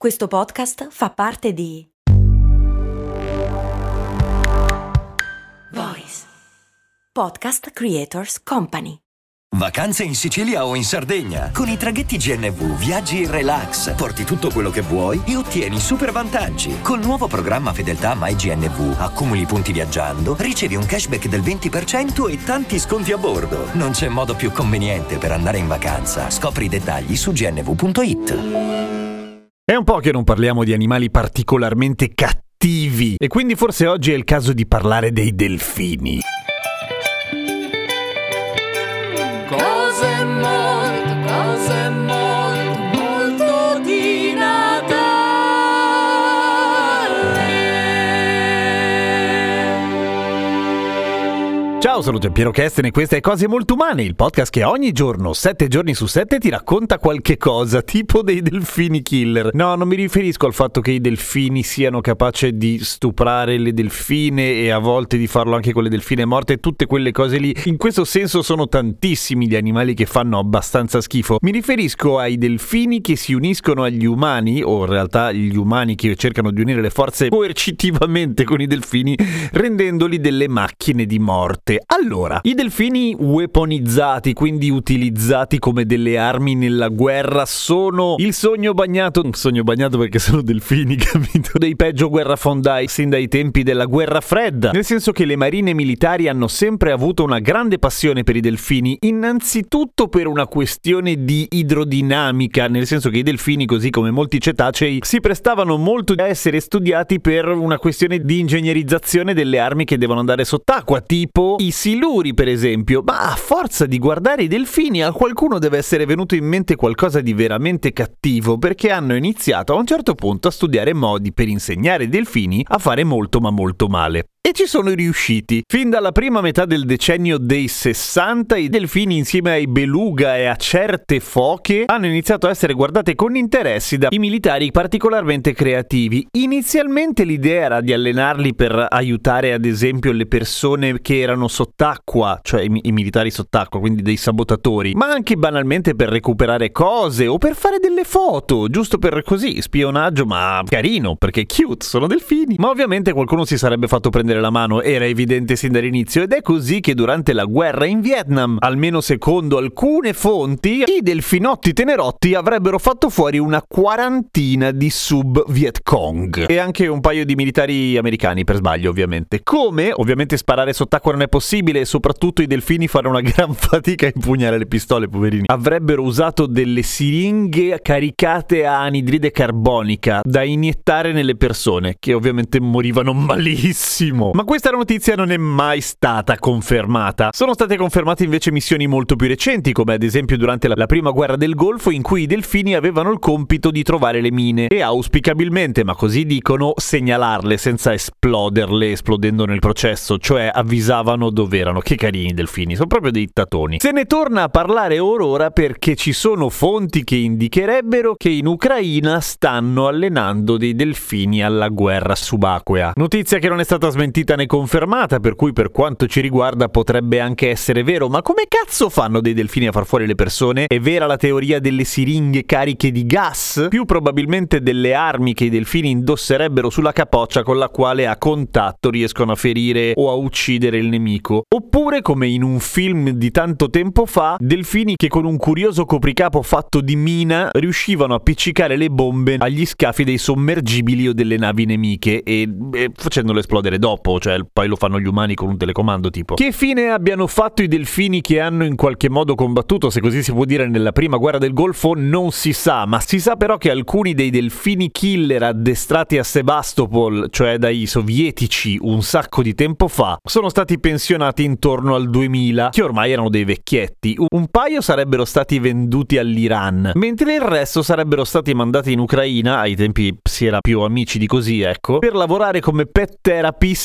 Questo podcast fa parte di Voice Podcast Creators Company. Vacanze in Sicilia o in Sardegna. Con i traghetti GNV viaggi in relax, porti tutto quello che vuoi e ottieni super vantaggi. Col nuovo programma Fedeltà MyGNV accumuli punti viaggiando, ricevi un cashback del 20% e tanti sconti a bordo. Non c'è modo più conveniente per andare in vacanza. Scopri i dettagli su gnv.it. È un po' che non parliamo di animali particolarmente cattivi e quindi forse oggi è il caso di parlare dei delfini. Cose molto di Natale. Ciao, saluto Piero Kesten e questa è Cose Molto Umane, il podcast che ogni giorno, 7 giorni su 7, ti racconta qualche cosa, tipo dei delfini killer. No, non mi riferisco al fatto che i delfini siano capaci di stuprare le delfine e a volte di farlo anche con le delfine morte, tutte quelle cose lì. In questo senso sono tantissimi gli animali che fanno abbastanza schifo. Mi riferisco ai delfini che si uniscono agli umani, o in realtà gli umani che cercano di unire le forze coercitivamente con i delfini, rendendoli delle macchine di morte. Allora, i delfini weaponizzati, quindi utilizzati come delle armi nella guerra, sono il sogno bagnato perché sono delfini, capito? Dei peggio guerrafondai sin dai tempi della guerra fredda, nel senso che le marine militari hanno sempre avuto una grande passione per i delfini, innanzitutto per una questione di idrodinamica, nel senso che i delfini, così come molti cetacei, si prestavano molto a essere studiati per una questione di ingegnerizzazione delle armi che devono andare sott'acqua, tipo i siluri per esempio. Ma a forza di guardare i delfini a qualcuno deve essere venuto in mente qualcosa di veramente cattivo, perché hanno iniziato a un certo punto a studiare modi per insegnare ai delfini a fare molto ma molto male. E ci sono riusciti. Fin dalla prima metà del decennio dei 60 i delfini, insieme ai beluga e a certe foche, hanno iniziato a essere guardate con interessi da i militari particolarmente creativi. Inizialmente l'idea era di allenarli per aiutare ad esempio le persone che erano sott'acqua, cioè i militari sott'acqua, quindi dei sabotatori, ma anche banalmente per recuperare cose o per fare delle foto, giusto per così, spionaggio, ma carino, perché cute, sono delfini. Ma ovviamente qualcuno si sarebbe fatto prendere la mano, era evidente sin dall'inizio, ed è così che durante la guerra in Vietnam, almeno secondo alcune fonti, i delfinotti tenerotti avrebbero fatto fuori una quarantina di sub Viet Cong e anche un paio di militari americani, per sbaglio ovviamente. Come ovviamente sparare sott'acqua non è possibile e soprattutto i delfini fanno una gran fatica a impugnare le pistole, poverini, avrebbero usato delle siringhe caricate a anidride carbonica da iniettare nelle persone, che ovviamente morivano malissimo. Ma questa notizia non è mai stata confermata. Sono state confermate invece missioni molto più recenti, come ad esempio durante la prima guerra del Golfo, in cui i delfini avevano il compito di trovare le mine e auspicabilmente, ma così dicono, segnalarle senza esploderle esplodendo nel processo, cioè avvisavano dove erano. Che carini i delfini, sono proprio dei tatoni. Se ne torna a parlare ora perché ci sono fonti che indicherebbero che in Ucraina stanno allenando dei delfini alla guerra subacquea. Notizia che non è stata smentita né confermata, per cui per quanto ci riguarda potrebbe anche essere vero. Ma come cazzo fanno dei delfini a far fuori le persone? È vera la teoria delle siringhe cariche di gas? Più probabilmente delle armi che i delfini indosserebbero sulla capoccia, con la quale a contatto riescono a ferire o a uccidere il nemico. Oppure, come in un film di tanto tempo fa, delfini che con un curioso copricapo fatto di mina riuscivano a appiccicare le bombe agli scafi dei sommergibili o delle navi nemiche e facendolo esplodere dopo, cioè poi lo fanno gli umani con un telecomando tipo. Che fine abbiano fatto i delfini che hanno in qualche modo combattuto, se così si può dire, nella prima guerra del Golfo non si sa, ma si sa però che alcuni dei delfini killer addestrati a Sebastopol, cioè dai sovietici un sacco di tempo fa, sono stati pensionati intorno al 2000, che ormai erano dei vecchietti. Un paio sarebbero stati venduti all'Iran, mentre il resto sarebbero stati mandati in Ucraina, ai tempi si era più amici di così, ecco, per lavorare come pet therapist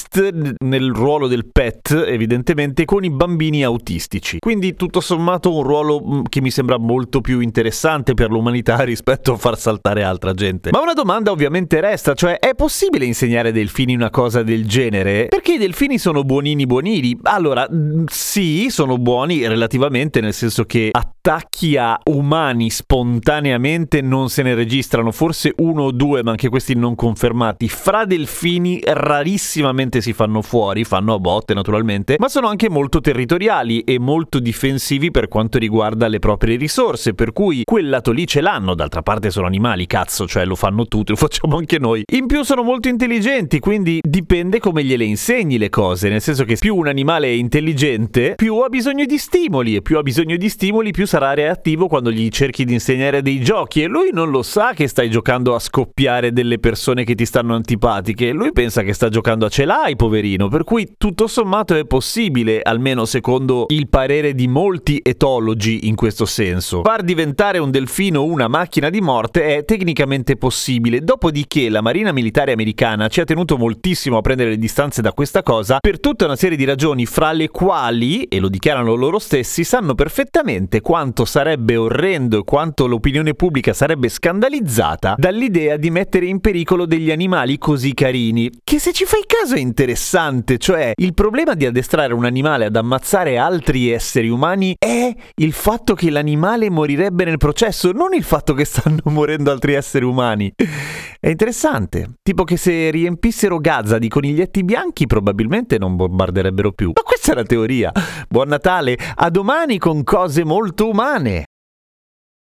twist nel ruolo del pet, evidentemente, con i bambini autistici. Quindi tutto sommato un ruolo che mi sembra molto più interessante per l'umanità rispetto a far saltare altra gente. Ma una domanda ovviamente resta, cioè è possibile insegnare ai delfini una cosa del genere? Perché i delfini sono buonini. Allora, sì, sono buoni relativamente, nel senso che attacchi a umani spontaneamente non se ne registrano, forse 1 o 2, ma anche questi non confermati. Fra delfini rarissimamente si fanno fuori, fanno a botte naturalmente, ma sono anche molto territoriali e molto difensivi per quanto riguarda le proprie risorse, per cui quel lato lì ce l'hanno. D'altra parte sono animali, cazzo, cioè lo fanno tutti, lo facciamo anche noi. In più sono molto intelligenti, quindi dipende come gliele insegni le cose, nel senso che più un animale è intelligente, più ha bisogno di stimoli, e più ha bisogno di stimoli più sarà reattivo quando gli cerchi di insegnare dei giochi, e lui non lo sa che stai giocando a scoppiare delle persone che ti stanno antipatiche, lui pensa che sta giocando a ce l'hai, poverino, per cui tutto sommato è possibile, almeno secondo il parere di molti etologi in questo senso. Far diventare un delfino una macchina di morte è tecnicamente possibile, dopodiché la Marina Militare Americana ci ha tenuto moltissimo a prendere le distanze da questa cosa per tutta una serie di ragioni, fra le quali, e lo dichiarano loro stessi, sanno perfettamente quanto sarebbe orrendo e quanto l'opinione pubblica sarebbe scandalizzata dall'idea di mettere in pericolo degli animali così carini, che se ci fai caso è interessante. Cioè, il problema di addestrare un animale ad ammazzare altri esseri umani è il fatto che l'animale morirebbe nel processo, non il fatto che stanno morendo altri esseri umani. È interessante, tipo che se riempissero Gaza di coniglietti bianchi probabilmente non bombarderebbero più. Ma questa è la teoria. Buon Natale, a domani con cose molto umane.